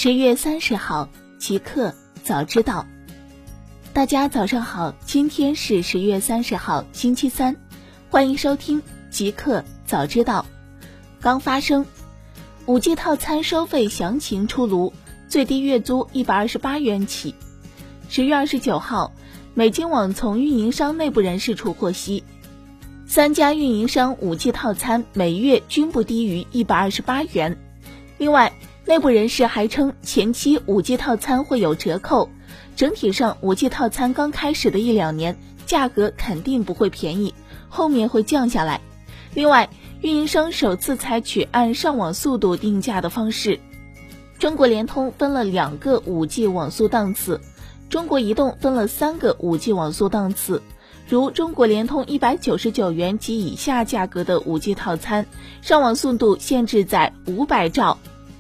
10月30号，极客早知道。大家早上好，今天是10月30号，星期三，欢迎收听极客早知道。刚发生 5G 套餐收费详情出炉，最低月租128元起。10月29号，美金网从运营商内部人士处获悉，3家运营商 5G 套餐每月均不低于128元。另外，内部人士还称，前期 5G 套餐会有折扣，整体上 5G 套餐刚开始的1-2年，价格肯定不会便宜，后面会降下来。另外，运营商首次采取按上网速度定价的方式，中国联通分了2个 5G 网速档次，中国移动分了3个 5G 网速档次。如中国联通199元及以下价格的 5G 套餐，上网速度限制在500兆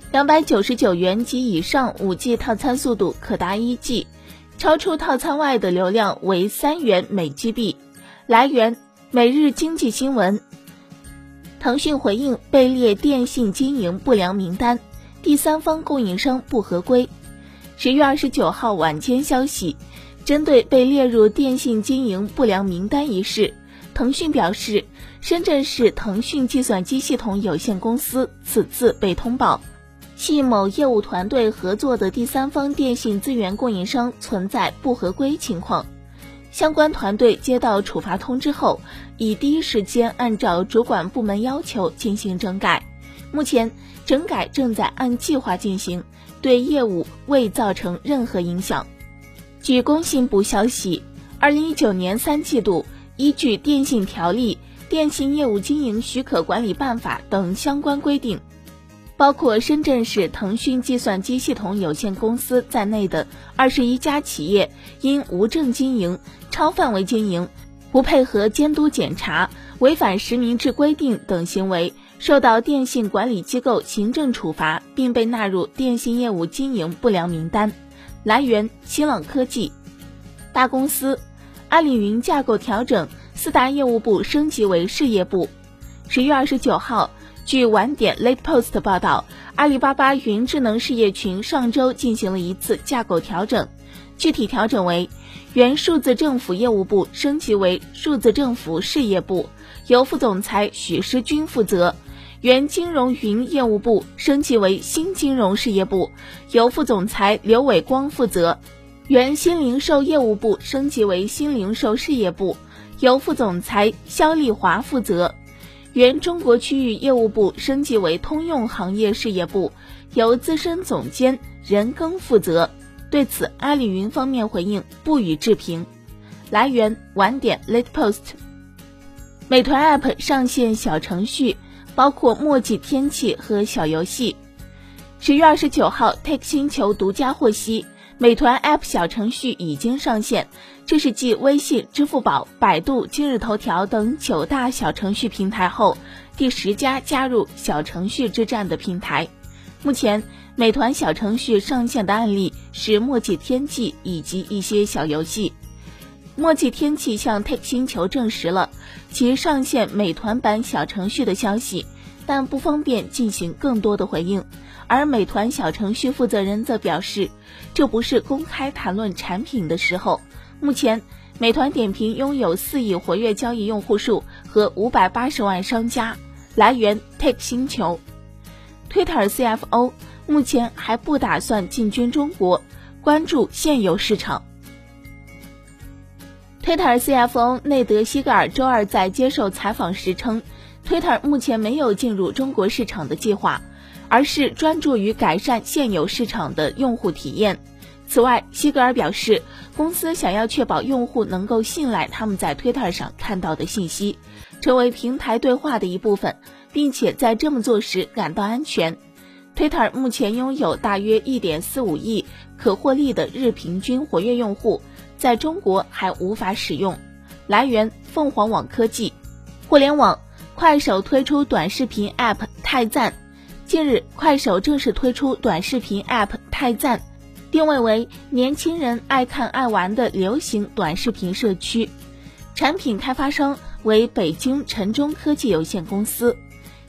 ；299元及以上 5G 套餐速度可达1G， 超出套餐外的流量为3元每 GB。来源：每日经济新闻。腾讯回应被列电信经营不良名单，第三方供应商不合规。10月29号晚间消息，针对被列入电信经营不良名单一事，腾讯表示，深圳市腾讯计算机系统有限公司此次被通报，系某业务团队合作的第三方电信资源供应商存在不合规情况。相关团队接到处罚通知后，已第一时间按照主管部门要求进行整改。目前，整改正在按计划进行，对业务未造成任何影响。据工信部消息，2019年3季度，依据电信条例、电信业务经营许可管理办法等相关规定，包括深圳市腾讯计算机系统有限公司在内的21家企业因无证经营、超范围经营、不配合监督检查、违反实名制规定等行为，受到电信管理机构行政处罚，并被纳入电信业务经营不良名单。来源：新浪科技。大公司，阿里云架构调整，4大业务部升级为事业部。10月29号，据晚点 Late Post 报道，阿里巴巴云智能事业群上周进行了一次架构调整，具体调整为：原数字政府业务部升级为数字政府事业部，由副总裁许诗军负责；原金融云业务部升级为新金融事业部，由副总裁刘伟光负责；原新零售业务部升级为新零售事业部，由副总裁肖丽华负责；原中国区域业务部升级为通用行业事业部，由资深总监任庚负责。对此，阿里云方面回应不予置评。来源：晚点 Late Post。 美团 App 上线小程序，包括墨迹天气和小游戏。10月29号 ，Take 星球独家获悉，美团 App 小程序已经上线，这是继微信、支付宝、百度、今日头条等9大小程序平台后，第10家加入小程序之战的平台。目前，美团小程序上线的案例是墨迹天气以及一些小游戏。墨迹天气向 Take 星球证实了其上线美团版小程序的消息，但不方便进行更多的回应。而美团小程序负责人则表示，这不是公开谈论产品的时候。目前，美团点评拥有4亿活跃交易用户数和580万商家。来源： Take 星球。Twitter CFO 目前还不打算进军中国，关注现有市场。Twitter CFO 内德希格尔周二在接受采访时称，Twitter 目前没有进入中国市场的计划，而是专注于改善现有市场的用户体验。此外，希格尔表示，公司想要确保用户能够信赖他们在 Twitter 上看到的信息，成为平台对话的一部分，并且在这么做时感到安全。Twitter 目前拥有大约 1.45 亿可获利的日平均活跃用户，在中国还无法使用。来源：凤凰网科技。互联网，快手推出短视频 App 太赞。近日，快手正式推出短视频 App 太赞，定位为年轻人爱看爱玩的流行短视频社区。产品开发商为北京晨钟科技有限公司。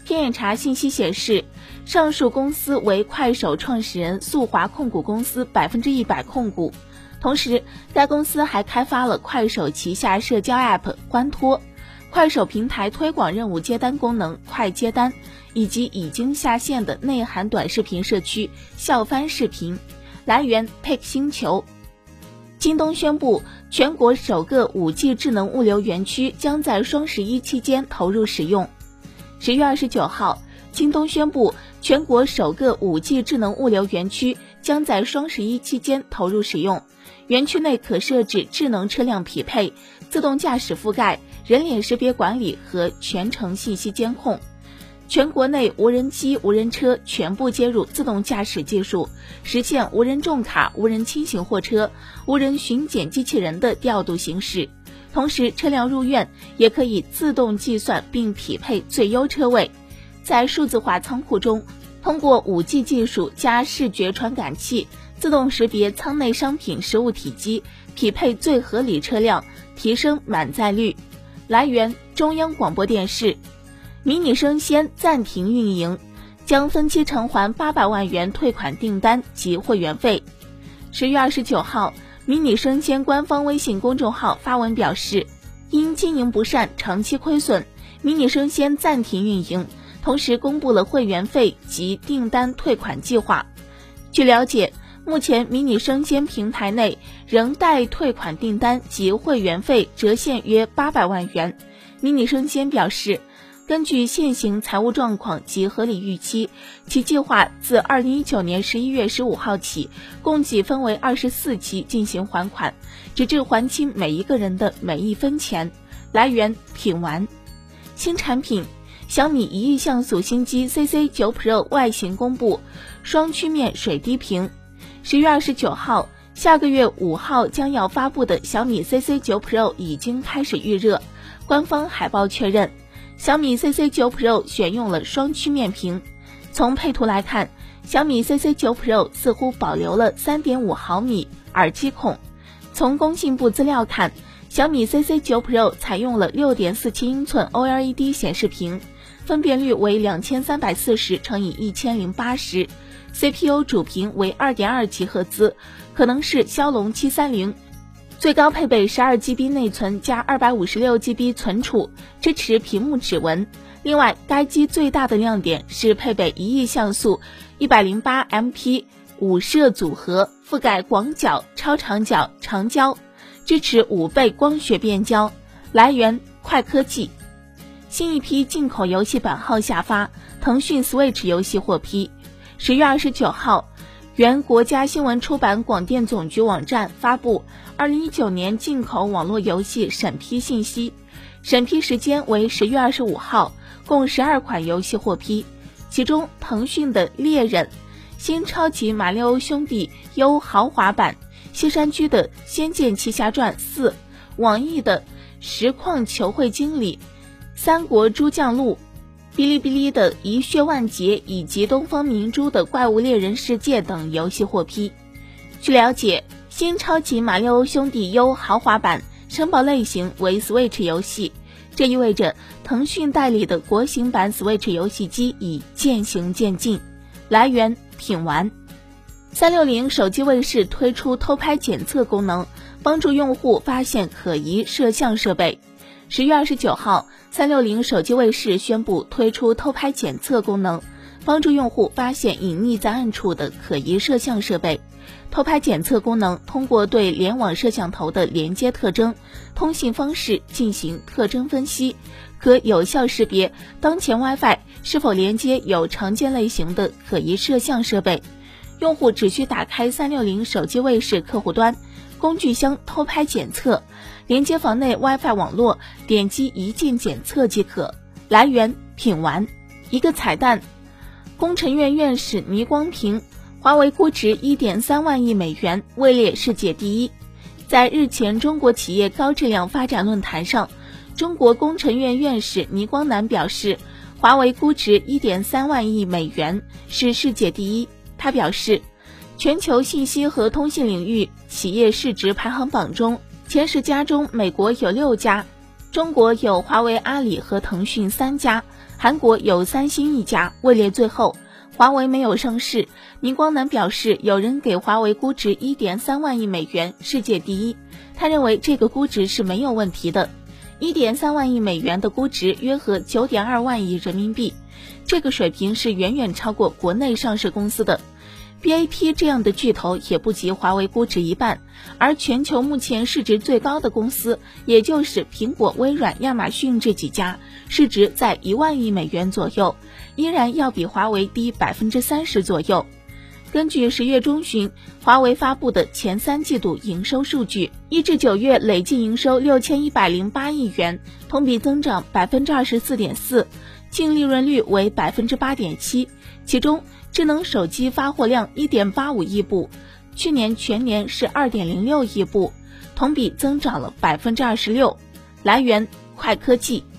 天眼查信息显示，上述公司为快手创始人速滑控股公司100%控股。同时，该公司还开发了快手旗下社交 App 欢脱、快手平台推广任务接单功能快接单，以及已经下线的内涵短视频社区笑翻视频。来源 Pick 星球。京东宣布，全国首个 5G 智能物流园区将在双11期间投入使用。10月29号，京东宣布，全国首个 5G 智能物流园区将在双11期间投入使用。园区内可设置智能车辆匹配、自动驾驶覆盖、人脸识别管理和全程信息监控。全国内无人机、无人车全部接入自动驾驶技术，实现无人重卡、无人轻型货车、无人巡检机器人的调度行驶。同时，车辆入院也可以自动计算并匹配最优车位。在数字化仓库中，通过 5G 技术加视觉传感器，自动识别舱内商品实物体积，匹配最合理车辆，提升满载率。来源：中央广播电视。迷你生鲜暂停运营，将分期偿还800万元退款订单及会员费。10月29号，迷你生鲜官方微信公众号发文表示，因经营不善、长期亏损，迷你生鲜暂停运营，同时公布了会员费及订单退款计划。据了解，目前迷你生鲜平台内仍待退款订单及会员费折现约800万元。迷你生鲜表示，根据现行财务状况及合理预期，其计划自2019年11月15号起，共计分为24期进行还款，直至还清每一个人的每一分钱。来源：品玩。新产品小米1亿像素新机 CC9 Pro 外形公布，双曲面水滴屏。10月29号，下个月5号将要发布的小米 CC9 Pro 已经开始预热，官方海报确认，小米 CC9 Pro 选用了双曲面屏。从配图来看，小米 CC9 Pro 似乎保留了 3.5 毫米耳机孔。从工信部资料看，小米 CC9 Pro 采用了 6.47 英寸 OLED 显示屏，分辨率为2340×1080， CPU 主频为 2.2 吉赫兹，可能是骁龙730，最高配备 12GB 内存加 256GB 存储，支持屏幕指纹。另外，该机最大的亮点是配备1亿像素 108MP 5摄组合，覆盖广角、超长角、长焦，支持5倍光学变焦。来源：快科技。新一批进口游戏版号下发，腾讯 Switch 游戏获批。10月29号，原国家新闻出版广电总局网站发布2019年进口网络游戏审批信息，审批时间为10月25号，共12款游戏获批，其中腾讯的《猎人》、新超级马里奥兄弟 U 豪华版、西山居的《仙剑奇侠传4》、网易的《实况球会经理》、三国诸将录、哔哩哔哩的《一血万劫》以及东方明珠的《怪物猎人世界》等游戏获批。据了解，新超级马里奥兄弟 U 豪华版申报类型为 Switch 游戏，这意味着腾讯代理的国行版 Switch 游戏机已渐行渐近。来源：品玩。360手机卫士推出偷拍检测功能，帮助用户发现可疑摄像设备。10月29号，360手机卫士宣布推出偷拍检测功能，帮助用户发现隐匿在暗处的可疑摄像设备。偷拍检测功能通过对联网摄像头的连接特征、通信方式进行特征分析，可有效识别当前 WiFi 是否连接有常见类型的可疑摄像设备。用户只需打开360手机卫士客户端，工具箱偷拍检测，连接房内 WiFi 网络，点击一键检测即可。来源：品玩。一个彩蛋，工程院院士倪光平，华为估值 1.3 万亿美元，位列世界第一。在日前中国企业高质量发展论坛上，中国工程院院士倪光南表示，华为估值 1.3 万亿美元是世界第一。他表示，全球信息和通信领域企业市值排行榜中，前10家中美国有6家，中国有华为、阿里和腾讯3家， 韩国有三星一家，位列最后。华为没有上市，倪光南表示，有人给华为估值 1.3 万亿美元，世界第一。他认为这个估值是没有问题的。1.3 万亿美元的估值约合 9.2 万亿人民币，这个水平是远远超过国内上市公司的。BAT 这样的巨头也不及华为估值一半，而全球目前市值最高的公司，也就是苹果、微软、亚马逊这几家，市值在1万亿美元左右，依然要比华为低 30% 左右。根据10月中旬华为发布的前3季度营收数据，1至9月累计营收6108亿元，同比增长 24.4%， 净利润率为 8.7%， 其中智能手机发货量 1.85 亿部，去年全年是 2.06 亿部，同比增长了 26%。来源：快科技。